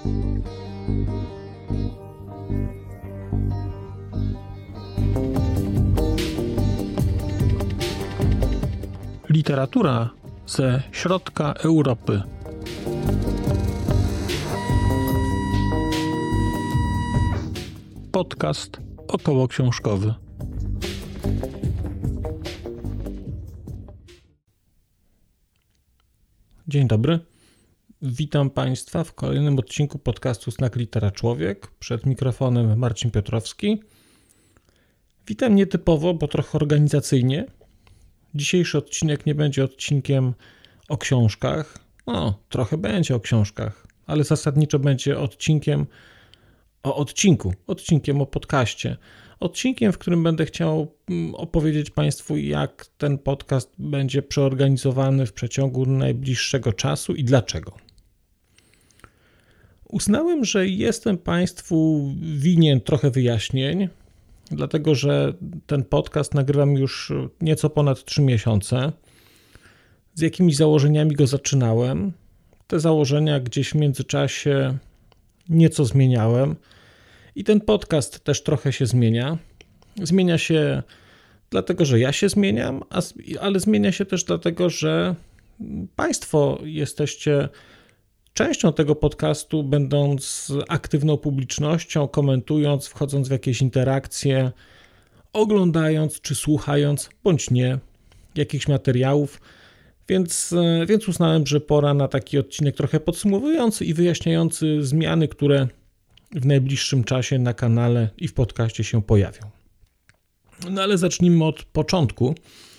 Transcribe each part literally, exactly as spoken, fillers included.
Literatura ze środka Europy. Podcast okołoksiążkowy. Dzień dobry. Witam Państwa w kolejnym odcinku podcastu Znak Litera Człowiek. Przed mikrofonem Marcin Piotrowski. Witam nietypowo, bo trochę organizacyjnie. Dzisiejszy odcinek nie będzie odcinkiem o książkach. No, trochę będzie o książkach, ale zasadniczo będzie odcinkiem o odcinku, odcinkiem o podcaście. Odcinkiem, w którym będę chciał opowiedzieć Państwu, jak ten podcast będzie przeorganizowany w przeciągu najbliższego czasu i dlaczego. Uznałem, że jestem Państwu winien trochę wyjaśnień, dlatego że ten podcast nagrywam już nieco ponad trzy miesiące. Z jakimiś założeniami go zaczynałem. Te założenia gdzieś w międzyczasie nieco zmieniałem i ten podcast też trochę się zmienia. Zmienia się dlatego, że ja się zmieniam, ale zmienia się też dlatego, że Państwo jesteście częścią tego podcastu, będąc aktywną publicznością, komentując, wchodząc w jakieś interakcje, oglądając czy słuchając, bądź nie, jakichś materiałów, więc, więc uznałem, że pora na taki odcinek trochę podsumowujący i wyjaśniający zmiany, które w najbliższym czasie na kanale i w podcaście się pojawią. No ale zacznijmy od początku,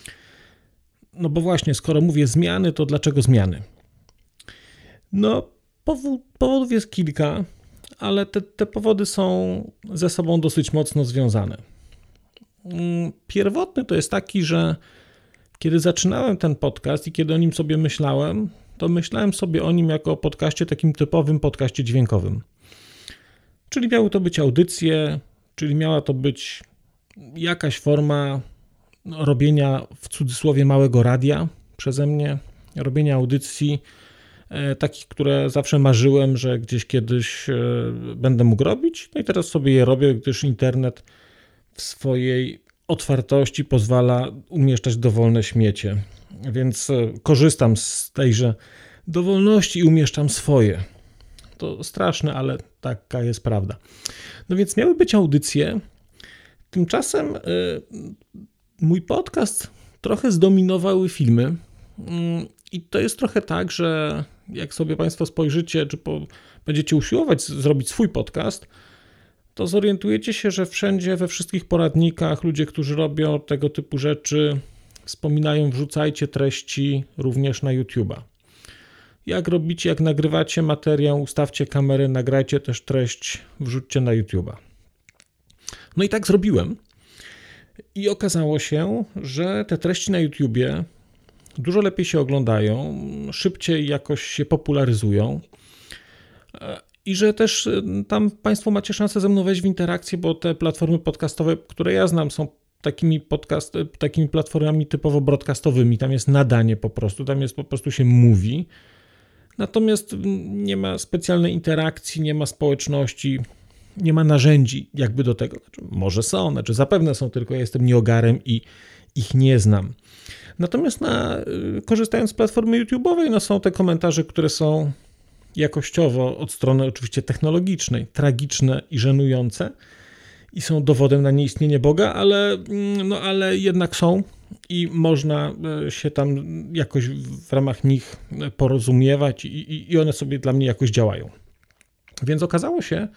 no bo właśnie, skoro mówię zmiany, to dlaczego zmiany? No, powód, powodów jest kilka, ale te, te powody są ze sobą dosyć mocno związane. Pierwotny to jest taki, że kiedy zaczynałem ten podcast i kiedy o nim sobie myślałem, to myślałem sobie o nim jako o podcaście, takim typowym podcaście dźwiękowym. Czyli miały to być audycje, czyli miała to być jakaś forma robienia w cudzysłowie małego radia przeze mnie, robienia audycji, takich, które zawsze marzyłem, że gdzieś kiedyś będę mógł robić. No i teraz sobie je robię, gdyż internet w swojej otwartości pozwala umieszczać dowolne śmiecie. Więc korzystam z tejże dowolności i umieszczam swoje. To straszne, ale taka jest prawda. No więc miały być audycje. Tymczasem mój podcast trochę zdominowały filmy. I to jest trochę tak, że jak sobie Państwo spojrzycie, czy po, będziecie usiłować zrobić swój podcast, to zorientujecie się, że wszędzie, we wszystkich poradnikach ludzie, którzy robią tego typu rzeczy, wspominają, wrzucajcie treści również na YouTube'a. Jak robicie, jak nagrywacie materiał, ustawcie kamerę, nagrajcie też treść, wrzućcie na YouTube'a. No i tak zrobiłem. I okazało się, że te treści na YouTubie dużo lepiej się oglądają, szybciej jakoś się popularyzują i że też tam Państwo macie szansę ze mną wejść w interakcję, bo te platformy podcastowe, które ja znam, są takimi, podcast, takimi platformami typowo broadcastowymi. Tam jest nadanie po prostu, tam jest po prostu się mówi. Natomiast nie ma specjalnej interakcji, nie ma społeczności, nie ma narzędzi jakby do tego. Znaczy, może są, znaczy zapewne są, tylko ja jestem nieogarem i ich nie znam. Natomiast na, korzystając z platformy YouTube'owej, no są te komentarze, które są jakościowo od strony oczywiście technologicznej, tragiczne i żenujące i są dowodem na nieistnienie Boga, ale, no, ale jednak są i można się tam jakoś w ramach nich porozumiewać i, i, i one sobie dla mnie jakoś działają. Więc okazało się,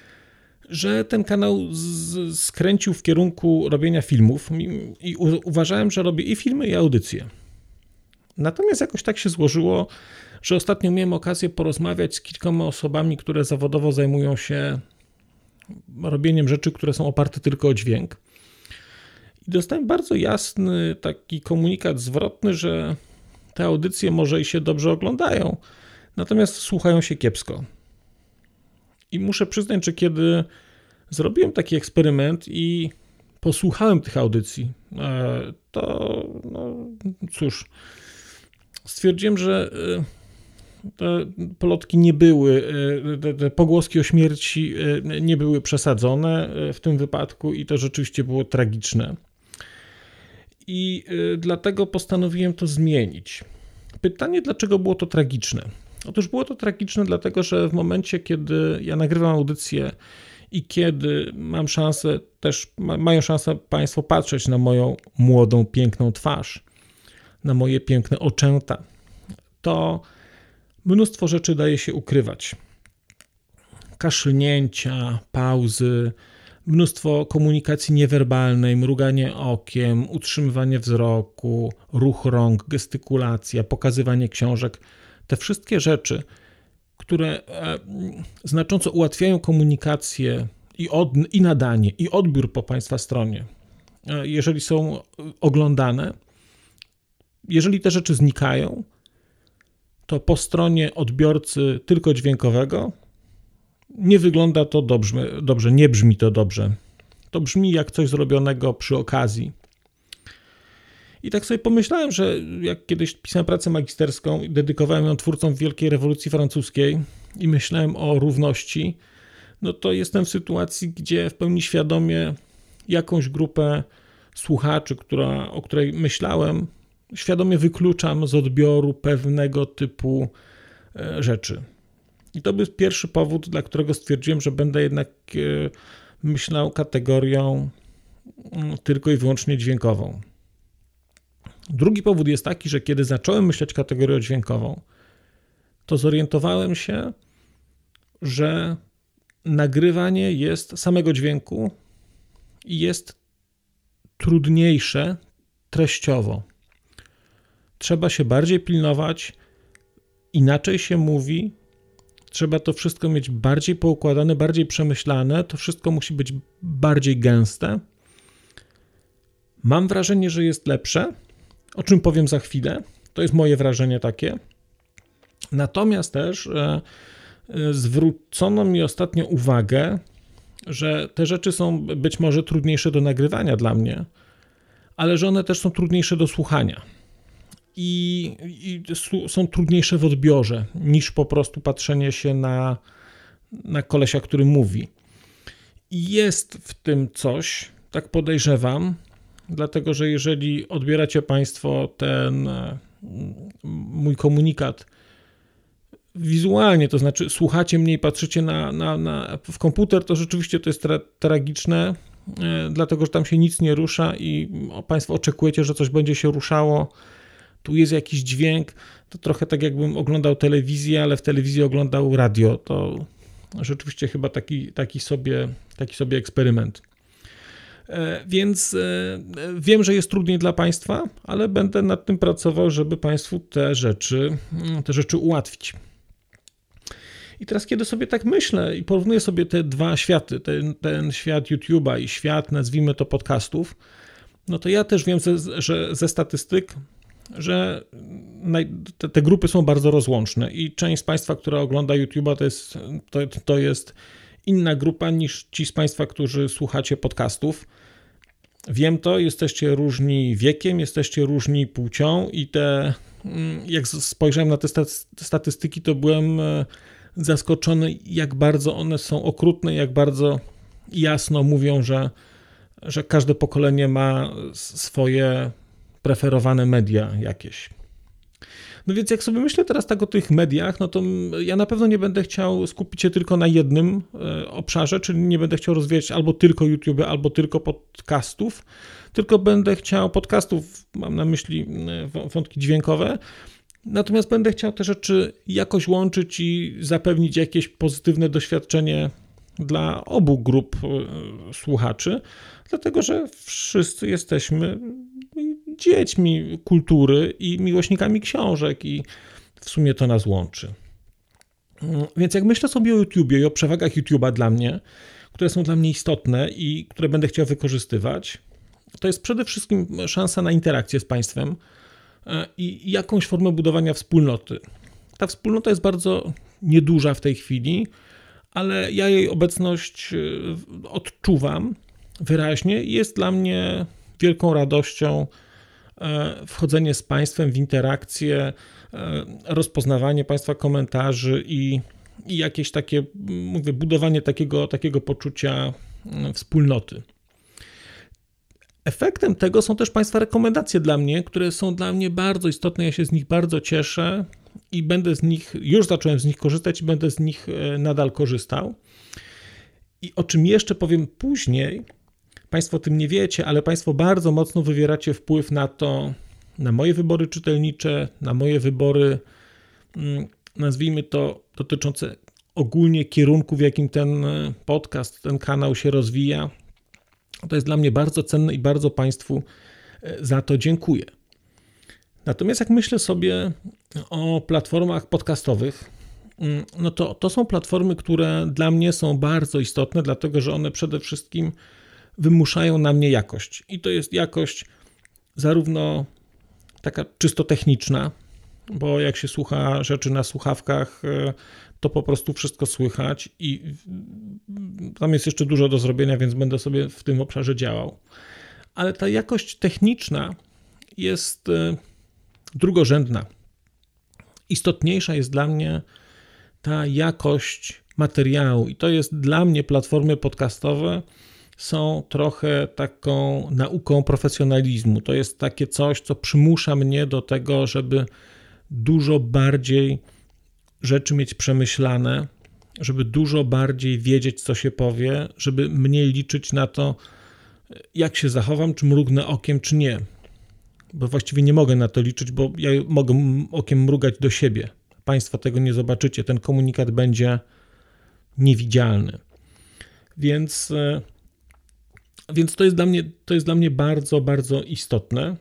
że ten kanał z, skręcił w kierunku robienia filmów i, i u, uważałem, że robię i filmy, i audycje. Natomiast jakoś tak się złożyło, że ostatnio miałem okazję porozmawiać z kilkoma osobami, które zawodowo zajmują się robieniem rzeczy, które są oparte tylko o dźwięk. I dostałem bardzo jasny taki komunikat zwrotny, że te audycje może i się dobrze oglądają, natomiast słuchają się kiepsko. I muszę przyznać, że kiedy zrobiłem taki eksperyment i posłuchałem tych audycji, to no cóż, stwierdziłem, że te plotki nie były, te, te pogłoski o śmierci nie były przesadzone w tym wypadku i to rzeczywiście było tragiczne. I dlatego postanowiłem to zmienić. Pytanie, dlaczego było to tragiczne? Otóż było to tragiczne dlatego, że w momencie, kiedy ja nagrywam audycję i kiedy mam szansę, też mają szansę Państwo patrzeć na moją młodą, piękną twarz, na moje piękne oczęta, to mnóstwo rzeczy daje się ukrywać. Kaszlnięcia, pauzy, mnóstwo komunikacji niewerbalnej, mruganie okiem, utrzymywanie wzroku, ruch rąk, gestykulacja, pokazywanie książek. Te wszystkie rzeczy, które znacząco ułatwiają komunikację i, od, i nadanie, i odbiór po Państwa stronie, jeżeli są oglądane, jeżeli te rzeczy znikają, to po stronie odbiorcy tylko dźwiękowego nie wygląda to dobrze, dobrze, nie brzmi to dobrze. To brzmi jak coś zrobionego przy okazji. I tak sobie pomyślałem, że jak kiedyś pisałem pracę magisterską i dedykowałem ją twórcom Wielkiej Rewolucji Francuskiej i myślałem o równości, no to jestem w sytuacji, gdzie w pełni świadomie jakąś grupę słuchaczy, która, o której myślałem, świadomie wykluczam z odbioru pewnego typu rzeczy. I to był pierwszy powód, dla którego stwierdziłem, że będę jednak myślał kategorią tylko i wyłącznie dźwiękową. Drugi powód jest taki, że kiedy zacząłem myśleć kategorią dźwiękową, to zorientowałem się, że nagrywanie jest samego dźwięku i jest trudniejsze treściowo. Trzeba się bardziej pilnować, inaczej się mówi, trzeba to wszystko mieć bardziej poukładane, bardziej przemyślane, to wszystko musi być bardziej gęste. Mam wrażenie, że jest lepsze, o czym powiem za chwilę. To jest moje wrażenie takie. Natomiast też e, zwrócono mi ostatnio uwagę, że te rzeczy są być może trudniejsze do nagrywania dla mnie, ale że one też są trudniejsze do słuchania. I, i są trudniejsze w odbiorze niż po prostu patrzenie się na, na kolesia, który mówi. I jest w tym coś, tak podejrzewam, dlatego że jeżeli odbieracie Państwo ten mój komunikat wizualnie, to znaczy słuchacie mnie i patrzycie na, na, na, w komputer, to rzeczywiście to jest tra- tragiczne, dlatego że tam się nic nie rusza i Państwo oczekujecie, że coś będzie się ruszało. Tu jest jakiś dźwięk, to trochę tak jakbym oglądał telewizję, ale w telewizji oglądał radio. To rzeczywiście chyba taki, taki, sobie, taki sobie eksperyment. Więc wiem, że jest trudniej dla Państwa, ale będę nad tym pracował, żeby Państwu te rzeczy, te rzeczy ułatwić. I teraz, kiedy sobie tak myślę i porównuję sobie te dwa światy, ten, ten świat YouTube'a i świat, nazwijmy to, podcastów, no to ja też wiem, ze, że ze statystyk, że te, te grupy są bardzo rozłączne i część z Państwa, która ogląda YouTube'a, to jest, to, to jest inna grupa niż ci z Państwa, którzy słuchacie podcastów. Wiem to, jesteście różni wiekiem, jesteście różni płcią i te, jak spojrzałem na te statystyki, to byłem zaskoczony, jak bardzo one są okrutne, jak bardzo jasno mówią, że, że każde pokolenie ma swoje preferowane media jakieś. No więc jak sobie myślę teraz tak o tych mediach, no to ja na pewno nie będę chciał skupić się tylko na jednym obszarze, czyli nie będę chciał rozwijać albo tylko YouTube, albo tylko podcastów, tylko będę chciał podcastów, mam na myśli wątki dźwiękowe, natomiast będę chciał te rzeczy jakoś łączyć i zapewnić jakieś pozytywne doświadczenie dla obu grup słuchaczy, dlatego że wszyscy jesteśmy dziećmi kultury i miłośnikami książek i w sumie to nas łączy. Więc jak myślę sobie o YouTubie i o przewagach YouTube'a dla mnie, które są dla mnie istotne i które będę chciał wykorzystywać, to jest przede wszystkim szansa na interakcję z Państwem i jakąś formę budowania wspólnoty. Ta wspólnota jest bardzo nieduża w tej chwili, ale ja jej obecność odczuwam wyraźnie i jest dla mnie wielką radością wchodzenie z Państwem w interakcję, rozpoznawanie Państwa komentarzy i, i jakieś takie, mówię, budowanie takiego, takiego poczucia wspólnoty. Efektem tego są też Państwa rekomendacje dla mnie, które są dla mnie bardzo istotne, ja się z nich bardzo cieszę i będę z nich, już zacząłem z nich korzystać i będę z nich nadal korzystał. I o czym jeszcze powiem później, Państwo o tym nie wiecie, ale Państwo bardzo mocno wywieracie wpływ na to, na moje wybory czytelnicze, na moje wybory, nazwijmy to, dotyczące ogólnie kierunku, w jakim ten podcast, ten kanał się rozwija. To jest dla mnie bardzo cenne i bardzo Państwu za to dziękuję. Natomiast jak myślę sobie o platformach podcastowych, no to to są platformy, które dla mnie są bardzo istotne, dlatego że one przede wszystkim wymuszają na mnie jakość. I to jest jakość zarówno taka czysto techniczna, bo jak się słucha rzeczy na słuchawkach, to po prostu wszystko słychać i tam jest jeszcze dużo do zrobienia, więc będę sobie w tym obszarze działał. Ale ta jakość techniczna jest drugorzędna. Istotniejsza jest dla mnie ta jakość materiału i to jest dla mnie platformy podcastowe są trochę taką nauką profesjonalizmu. To jest takie coś, co przymusza mnie do tego, żeby dużo bardziej rzeczy mieć przemyślane, żeby dużo bardziej wiedzieć, co się powie, żeby mniej liczyć na to, jak się zachowam, czy mrugnę okiem, czy nie. Bo właściwie nie mogę na to liczyć, bo ja mogę okiem mrugać do siebie. Państwo tego nie zobaczycie. Ten komunikat będzie niewidzialny. Więc, więc to jest dla mnie, to jest dla mnie bardzo, bardzo istotne.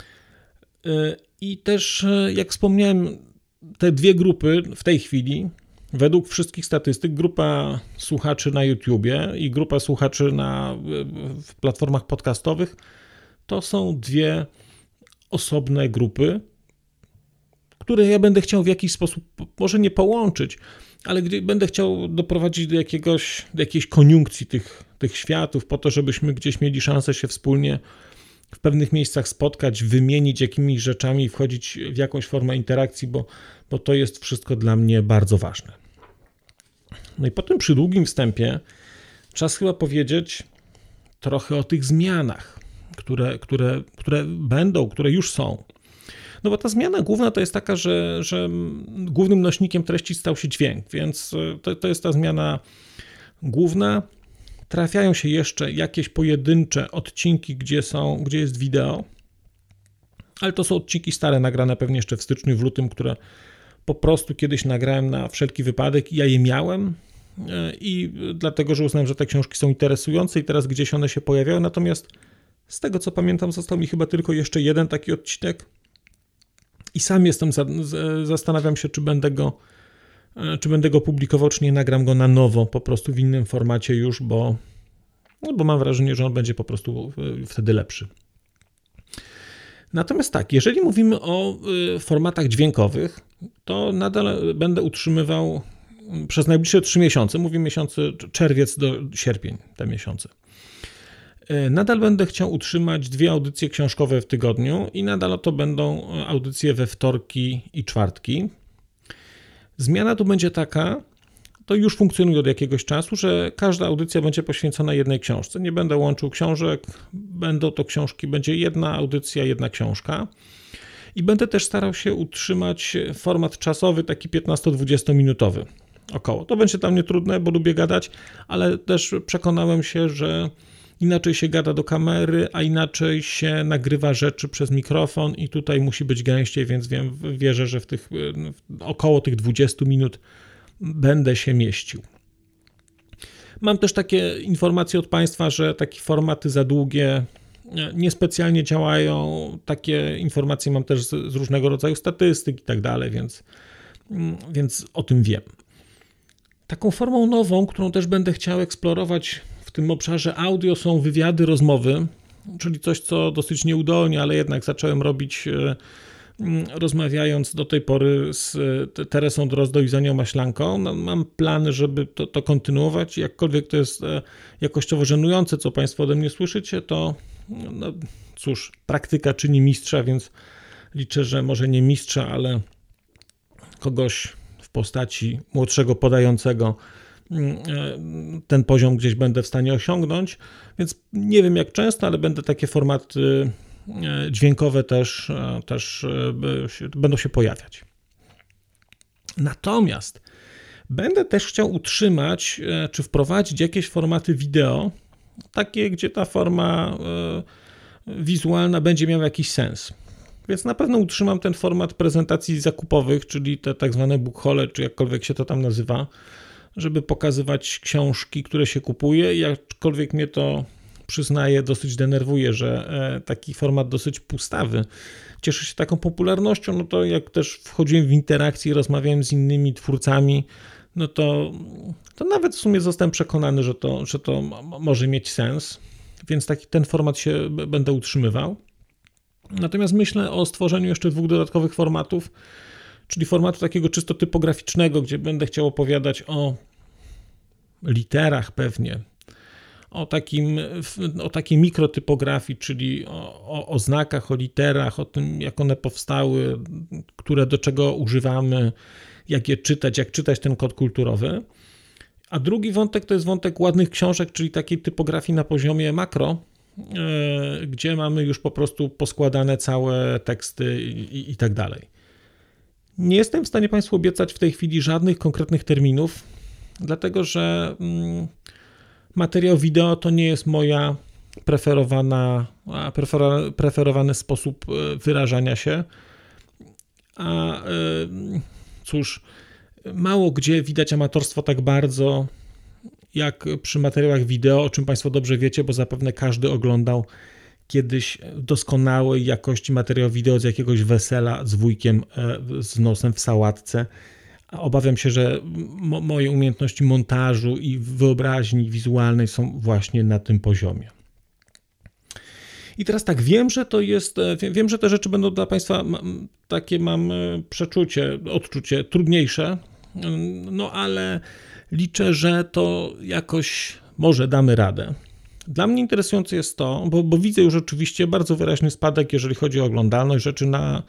I też, jak wspomniałem, te dwie grupy w tej chwili, według wszystkich statystyk, grupa słuchaczy na YouTubie i grupa słuchaczy na w platformach podcastowych, to są dwie osobne grupy, które ja będę chciał w jakiś sposób, może nie połączyć, ale gdy będę chciał doprowadzić do jakiegoś, do jakiejś koniunkcji tych, tych światów, po to, żebyśmy gdzieś mieli szansę się wspólnie w pewnych miejscach spotkać, wymienić jakimiś rzeczami i wchodzić w jakąś formę interakcji, bo, bo to jest wszystko dla mnie bardzo ważne. No i potem przy długim wstępie czas chyba powiedzieć trochę o tych zmianach, które, które, które będą, które już są. No bo ta zmiana główna to jest taka, że, że głównym nośnikiem treści stał się dźwięk, więc to, to jest ta zmiana główna. Trafiają się jeszcze jakieś pojedyncze odcinki, gdzie są, gdzie jest wideo, ale to są odcinki stare, nagrane pewnie jeszcze w styczniu, w lutym, które po prostu kiedyś nagrałem na wszelki wypadek i ja je miałem i dlatego, że uznałem, że te książki są interesujące i teraz gdzieś one się pojawiają, natomiast z tego, co pamiętam, został mi chyba tylko jeszcze jeden taki odcinek i sam jestem, zastanawiam się, czy będę go czy będę go publikował, czy nie nagram go na nowo, po prostu w innym formacie już, bo, no bo mam wrażenie, że on będzie po prostu wtedy lepszy. Natomiast tak, jeżeli mówimy o formatach dźwiękowych, to nadal będę utrzymywał przez najbliższe trzy miesiące, mówię miesiące czerwiec do sierpień, te miesiące. Nadal będę chciał utrzymać dwie audycje książkowe w tygodniu i nadal to będą audycje we wtorki i czwartki. Zmiana tu będzie taka, to już funkcjonuje od jakiegoś czasu, że każda audycja będzie poświęcona jednej książce. Nie będę łączył książek, będą to książki, będzie jedna audycja, jedna książka. I będę też starał się utrzymać format czasowy, taki piętnasto-dwudziestominutowy około. To będzie dla mnie trudne, bo lubię gadać, ale też przekonałem się, że inaczej się gada do kamery, a inaczej się nagrywa rzeczy przez mikrofon i tutaj musi być gęściej, więc wiem, wierzę, że w tych około tych dwudziestu minut będę się mieścił. Mam też takie informacje od Państwa, że takie formaty za długie niespecjalnie działają. Takie informacje mam też z, z różnego rodzaju statystyk i tak dalej, więc, więc o tym wiem. Taką formą nową, którą też będę chciał eksplorować w tym obszarze audio, są wywiady, rozmowy, czyli coś, co dosyć nieudolnie, ale jednak zacząłem robić rozmawiając do tej pory z Teresą Drozdą i Zenią Maślanką. No, mam plany, żeby to, to kontynuować. Jakkolwiek to jest jakościowo żenujące, co Państwo ode mnie słyszycie, to, no cóż, praktyka czyni mistrza, więc liczę, że może nie mistrza, ale kogoś w postaci młodszego podającego ten poziom gdzieś będę w stanie osiągnąć, więc nie wiem jak często, ale będę takie formaty dźwiękowe też, też będą się pojawiać. Natomiast będę też chciał utrzymać czy wprowadzić jakieś formaty wideo, takie, gdzie ta forma wizualna będzie miała jakiś sens. Więc na pewno utrzymam ten format prezentacji zakupowych, czyli te tak zwane bookhole, czy jakkolwiek się to tam nazywa, żeby pokazywać książki, które się kupuje i jakkolwiek mnie to, przyznaję, dosyć denerwuje, że taki format dosyć pustawy cieszy się taką popularnością, no to jak też wchodziłem w interakcję i rozmawiałem z innymi twórcami, no to, to nawet w sumie zostałem przekonany, że to, że to może mieć sens, więc taki ten format się będę utrzymywał. Natomiast myślę o stworzeniu jeszcze dwóch dodatkowych formatów, czyli formatu takiego czysto typograficznego, gdzie będę chciał opowiadać o literach pewnie, o, takim, o takiej mikrotypografii, czyli o, o, o znakach, o literach, o tym, jak one powstały, które do czego używamy, jak je czytać, jak czytać ten kod kulturowy. A drugi wątek to jest wątek ładnych książek, czyli takiej typografii na poziomie makro, yy, gdzie mamy już po prostu poskładane całe teksty i, i, i tak dalej. Nie jestem w stanie Państwu obiecać w tej chwili żadnych konkretnych terminów, dlatego że mm, materiał wideo to nie jest moja preferowana, prefer, preferowany sposób wyrażania się, a yy, cóż, mało gdzie widać amatorstwo tak bardzo jak przy materiałach wideo, o czym Państwo dobrze wiecie, bo zapewne każdy oglądał kiedyś doskonałej jakości materiał wideo z jakiegoś wesela z wujkiem z nosem w sałatce. Obawiam się, że mo- moje umiejętności montażu i wyobraźni wizualnej są właśnie na tym poziomie. I teraz tak, wiem, że to jest, wiem, że te rzeczy będą dla Państwa takie, mam przeczucie, odczucie trudniejsze, no ale liczę, że to jakoś może damy radę. Dla mnie interesujące jest to, bo, bo widzę już oczywiście bardzo wyraźny spadek, jeżeli chodzi o oglądalność rzeczy na,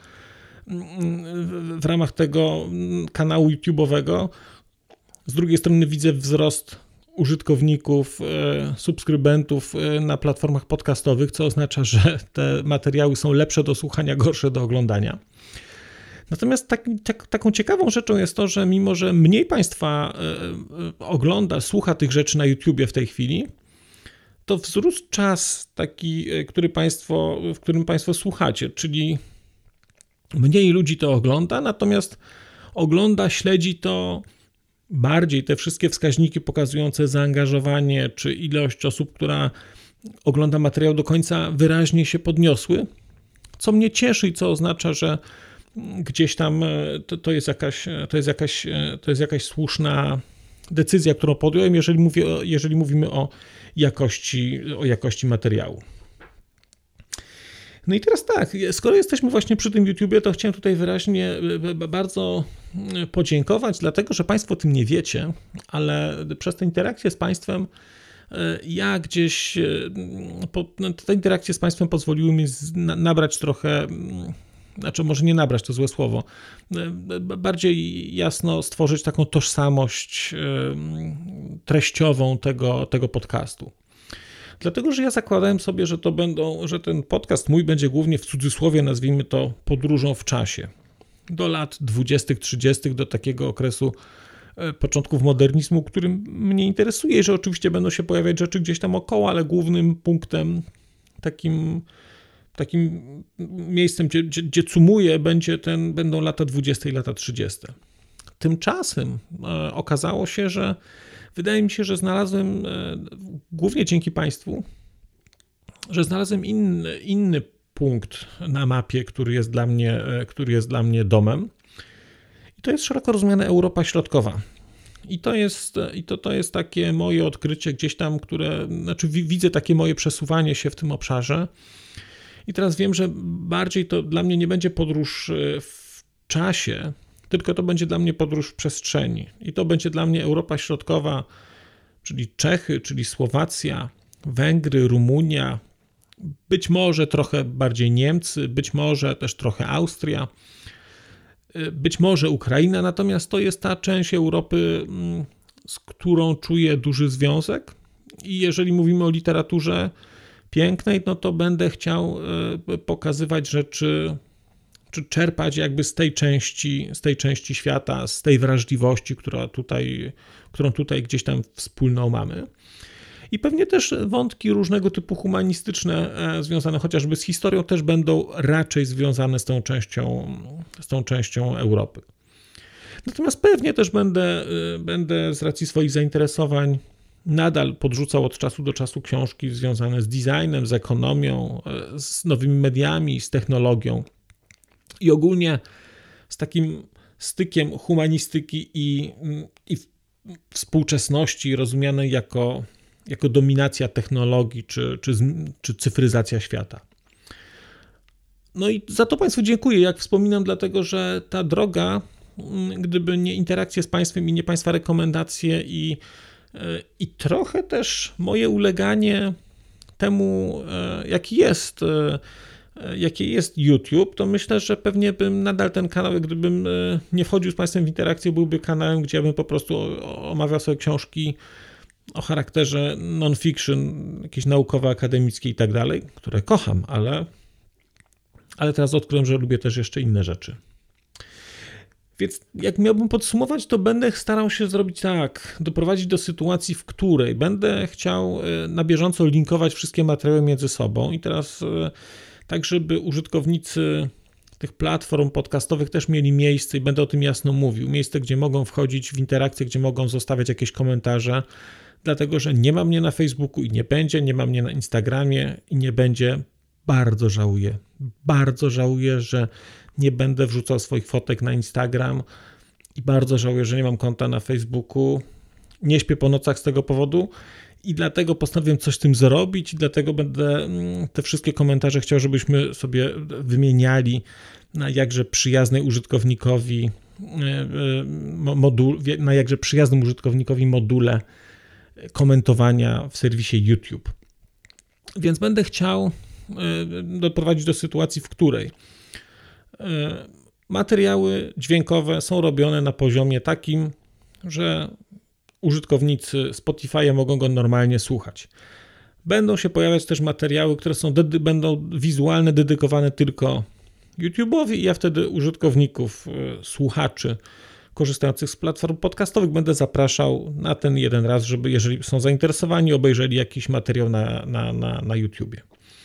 w ramach tego kanału YouTube'owego. Z drugiej strony widzę wzrost użytkowników, subskrybentów na platformach podcastowych, co oznacza, że te materiały są lepsze do słuchania, gorsze do oglądania. Natomiast tak, tak, taką ciekawą rzeczą jest to, że mimo, że mniej Państwa ogląda, słucha tych rzeczy na YouTubie w tej chwili, to wzrósł czas taki, który państwo, w którym Państwo słuchacie, czyli mniej ludzi to ogląda, natomiast ogląda, śledzi to bardziej te wszystkie wskaźniki pokazujące zaangażowanie, czy ilość osób, która ogląda materiał do końca, wyraźnie się podniosły, co mnie cieszy i co oznacza, że gdzieś tam to, to, jest, jakaś, to, jest, jakaś, to jest jakaś słuszna decyzja, którą podjąłem, jeżeli, mówię, jeżeli mówimy o jakości, o jakości materiału. No i teraz tak, skoro jesteśmy właśnie przy tym YouTubie, to chciałem tutaj wyraźnie bardzo podziękować, dlatego że Państwo o tym nie wiecie, ale przez tę interakcję z Państwem ja gdzieś, te interakcje z Państwem pozwoliły mi nabrać trochę, znaczy może nie nabrać, to złe słowo, bardziej jasno stworzyć taką tożsamość treściową tego, tego podcastu. Dlatego, że ja zakładałem sobie, że to będą, że ten podcast mój będzie głównie w cudzysłowie, nazwijmy to, podróżą w czasie. Do lat dwudziestych, trzydziestych, do takiego okresu początków modernizmu, którym mnie interesuje, że oczywiście będą się pojawiać rzeczy gdzieś tam około, ale głównym punktem, takim, takim miejscem, gdzie, gdzie, gdzie cumuję, będzie ten, będą lata dwudzieste i lata trzydzieste. Tymczasem e, okazało się, że wydaje mi się, że znalazłem, e, głównie dzięki Państwu, że znalazłem inny, inny punkt na mapie, który jest dla mnie, e, który jest dla mnie domem. I to jest szeroko rozumiana Europa Środkowa. I to jest, i to, to jest takie moje odkrycie gdzieś tam, które, znaczy widzę takie moje przesuwanie się w tym obszarze. I teraz wiem, że bardziej to dla mnie nie będzie podróż w czasie, tylko to będzie dla mnie podróż w przestrzeni. I to będzie dla mnie Europa Środkowa, czyli Czechy, czyli Słowacja, Węgry, Rumunia, być może trochę bardziej Niemcy, być może też trochę Austria, być może Ukraina, natomiast to jest ta część Europy, z którą czuję duży związek i jeżeli mówimy o literaturze pięknej, no to będę chciał pokazywać rzeczy, czy czerpać jakby z tej części, z tej części świata, z tej wrażliwości, która tutaj, którą tutaj gdzieś tam wspólną mamy. I pewnie też wątki różnego typu humanistyczne związane chociażby z historią też będą raczej związane z tą częścią, z tą częścią Europy. Natomiast pewnie też będę, będę z racji swoich zainteresowań nadal podrzucał od czasu do czasu książki związane z designem, z ekonomią, z nowymi mediami, z technologią i ogólnie z takim stykiem humanistyki i, i współczesności rozumianej jako, jako dominacja technologii czy, czy, czy cyfryzacja świata. No i za to Państwu dziękuję, jak wspominam, dlatego że ta droga, gdyby nie interakcje z Państwem i nie Państwa rekomendacje i, i trochę też moje uleganie temu, jaki jest, jaki jest YouTube, to myślę, że pewnie bym nadal ten kanał, gdybym nie wchodził z Państwem w interakcję, byłby kanałem, gdzie ja bym po prostu omawiał sobie książki o charakterze non-fiction, jakieś naukowe, akademickie i tak dalej, które kocham, ale, ale teraz odkryłem, że lubię też jeszcze inne rzeczy. Więc jak miałbym podsumować, to będę starał się zrobić tak, doprowadzić do sytuacji, w której będę chciał na bieżąco linkować wszystkie materiały między sobą i teraz tak, żeby użytkownicy tych platform podcastowych też mieli miejsce i będę o tym jasno mówił, miejsce, gdzie mogą wchodzić w interakcję, gdzie mogą zostawiać jakieś komentarze, dlatego, że nie ma mnie na Facebooku i nie będzie, nie ma mnie na Instagramie i nie będzie. Bardzo żałuję, bardzo żałuję, że nie będę wrzucał swoich fotek na Instagram i bardzo żałuję, że nie mam konta na Facebooku. Nie śpię po nocach z tego powodu i dlatego postanowiłem coś z tym zrobić i dlatego będę te wszystkie komentarze chciał, żebyśmy sobie wymieniali na jakże przyjaznej użytkownikowi modul, na jakże przyjaznym użytkownikowi module komentowania w serwisie YouTube. Więc będę chciał doprowadzić do sytuacji, w której materiały dźwiękowe są robione na poziomie takim, że użytkownicy Spotify'a mogą go normalnie słuchać. Będą się pojawiać też materiały, które są dedy- będą wizualne, dedykowane tylko YouTube'owi i ja wtedy użytkowników, słuchaczy korzystających z platform podcastowych będę zapraszał na ten jeden raz, żeby jeżeli są zainteresowani, obejrzeli jakiś materiał na, na, na, na YouTubie.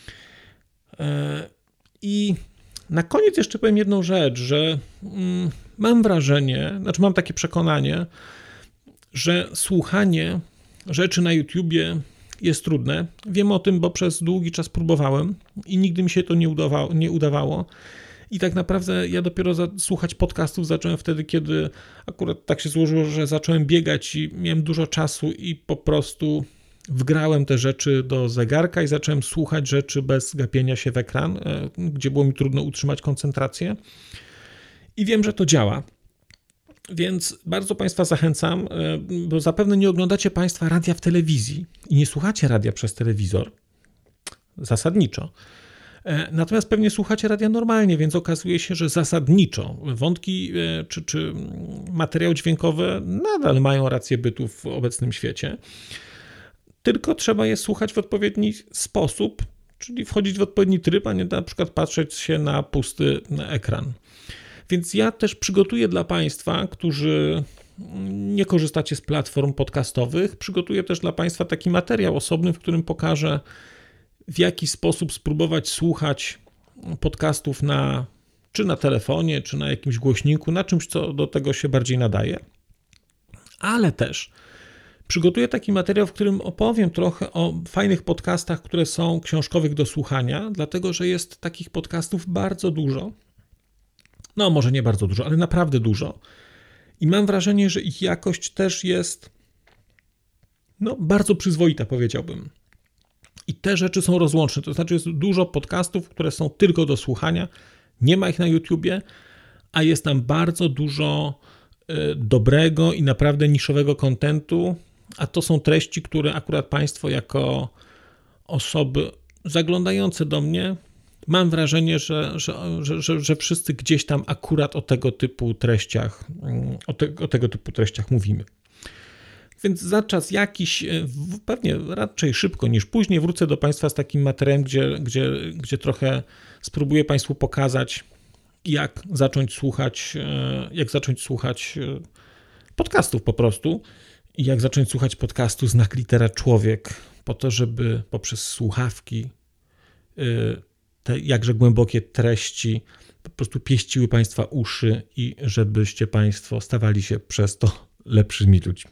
I na koniec jeszcze powiem jedną rzecz, że mam wrażenie, znaczy mam takie przekonanie, że słuchanie rzeczy na YouTubie jest trudne. Wiem o tym, bo przez długi czas próbowałem i nigdy mi się to nie udawało. Nie udawało. I tak naprawdę ja dopiero za, słuchać podcastów zacząłem wtedy, kiedy akurat tak się złożyło, że zacząłem biegać i miałem dużo czasu i po prostu wgrałem te rzeczy do zegarka i zacząłem słuchać rzeczy bez gapienia się w ekran, gdzie było mi trudno utrzymać koncentrację. I wiem, że to działa. Więc bardzo Państwa zachęcam, bo zapewne nie oglądacie Państwa radia w telewizji i nie słuchacie radia przez telewizor, zasadniczo. Natomiast pewnie słuchacie radia normalnie, więc okazuje się, że zasadniczo wątki czy, czy materiały dźwiękowe nadal mają rację bytu w obecnym świecie. Tylko trzeba je słuchać w odpowiedni sposób, czyli wchodzić w odpowiedni tryb, a nie na przykład patrzeć się na pusty ekran. Więc ja też przygotuję dla Państwa, którzy nie korzystacie z platform podcastowych, przygotuję też dla Państwa taki materiał osobny, w którym pokażę, w jaki sposób spróbować słuchać podcastów na, czy na telefonie, czy na jakimś głośniku, na czymś, co do tego się bardziej nadaje. Ale też przygotuję taki materiał, w którym opowiem trochę o fajnych podcastach, które są książkowych do słuchania, dlatego że jest takich podcastów bardzo dużo. No, może nie bardzo dużo, ale naprawdę dużo. I mam wrażenie, że ich jakość też jest no, bardzo przyzwoita, powiedziałbym. I te rzeczy są rozłączne, to znaczy jest dużo podcastów, które są tylko do słuchania, nie ma ich na YouTubie, a jest tam bardzo dużo y, dobrego i naprawdę niszowego kontentu, a to są treści, które akurat Państwo jako osoby zaglądające do mnie, mam wrażenie, że, że, że, że, że wszyscy gdzieś tam akurat o tego typu treściach, o, te, o tego typu treściach mówimy. Więc za czas jakiś, pewnie raczej szybko niż później, wrócę do Państwa z takim materiałem, gdzie, gdzie, gdzie trochę spróbuję Państwu pokazać, jak zacząć słuchać, jak zacząć słuchać podcastów po prostu i jak zacząć słuchać podcastu Znak Litera Człowiek, po to, żeby poprzez słuchawki te jakże głębokie treści po prostu pieściły Państwa uszy i żebyście Państwo stawali się przez to lepszymi ludźmi.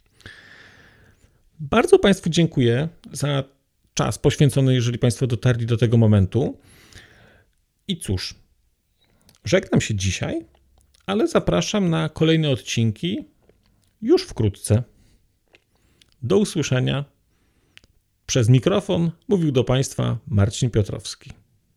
Bardzo Państwu dziękuję za czas poświęcony, jeżeli Państwo dotarli do tego momentu. I cóż, żegnam się dzisiaj, ale zapraszam na kolejne odcinki już wkrótce. Do usłyszenia. Przez mikrofon mówił do Państwa Marcin Piotrowski.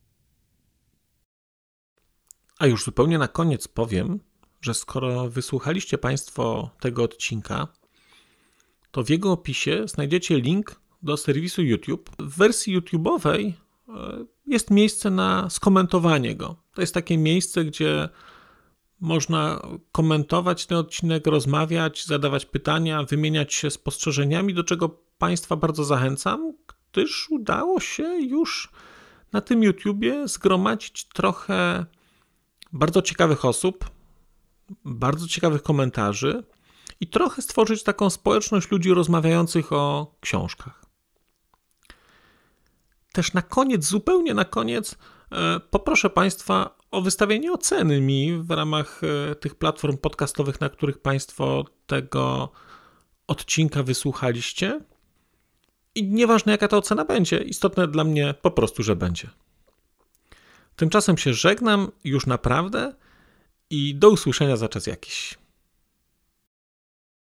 A już zupełnie na koniec powiem, że skoro wysłuchaliście Państwo tego odcinka, to w jego opisie znajdziecie link do serwisu YouTube. W wersji YouTube'owej jest miejsce na skomentowanie go. To jest takie miejsce, gdzie można komentować ten odcinek, rozmawiać, zadawać pytania, wymieniać się spostrzeżeniami, do czego Państwa bardzo zachęcam, gdyż udało się już na tym YouTubie zgromadzić trochę bardzo ciekawych osób, bardzo ciekawych komentarzy i trochę stworzyć taką społeczność ludzi rozmawiających o książkach. Też na koniec, zupełnie na koniec, poproszę Państwa o wystawienie oceny mi w ramach tych platform podcastowych, na których Państwo tego odcinka wysłuchaliście. I nieważne, jaka ta ocena będzie, istotne dla mnie po prostu, że będzie. Tymczasem się żegnam już naprawdę i do usłyszenia za czas jakiś.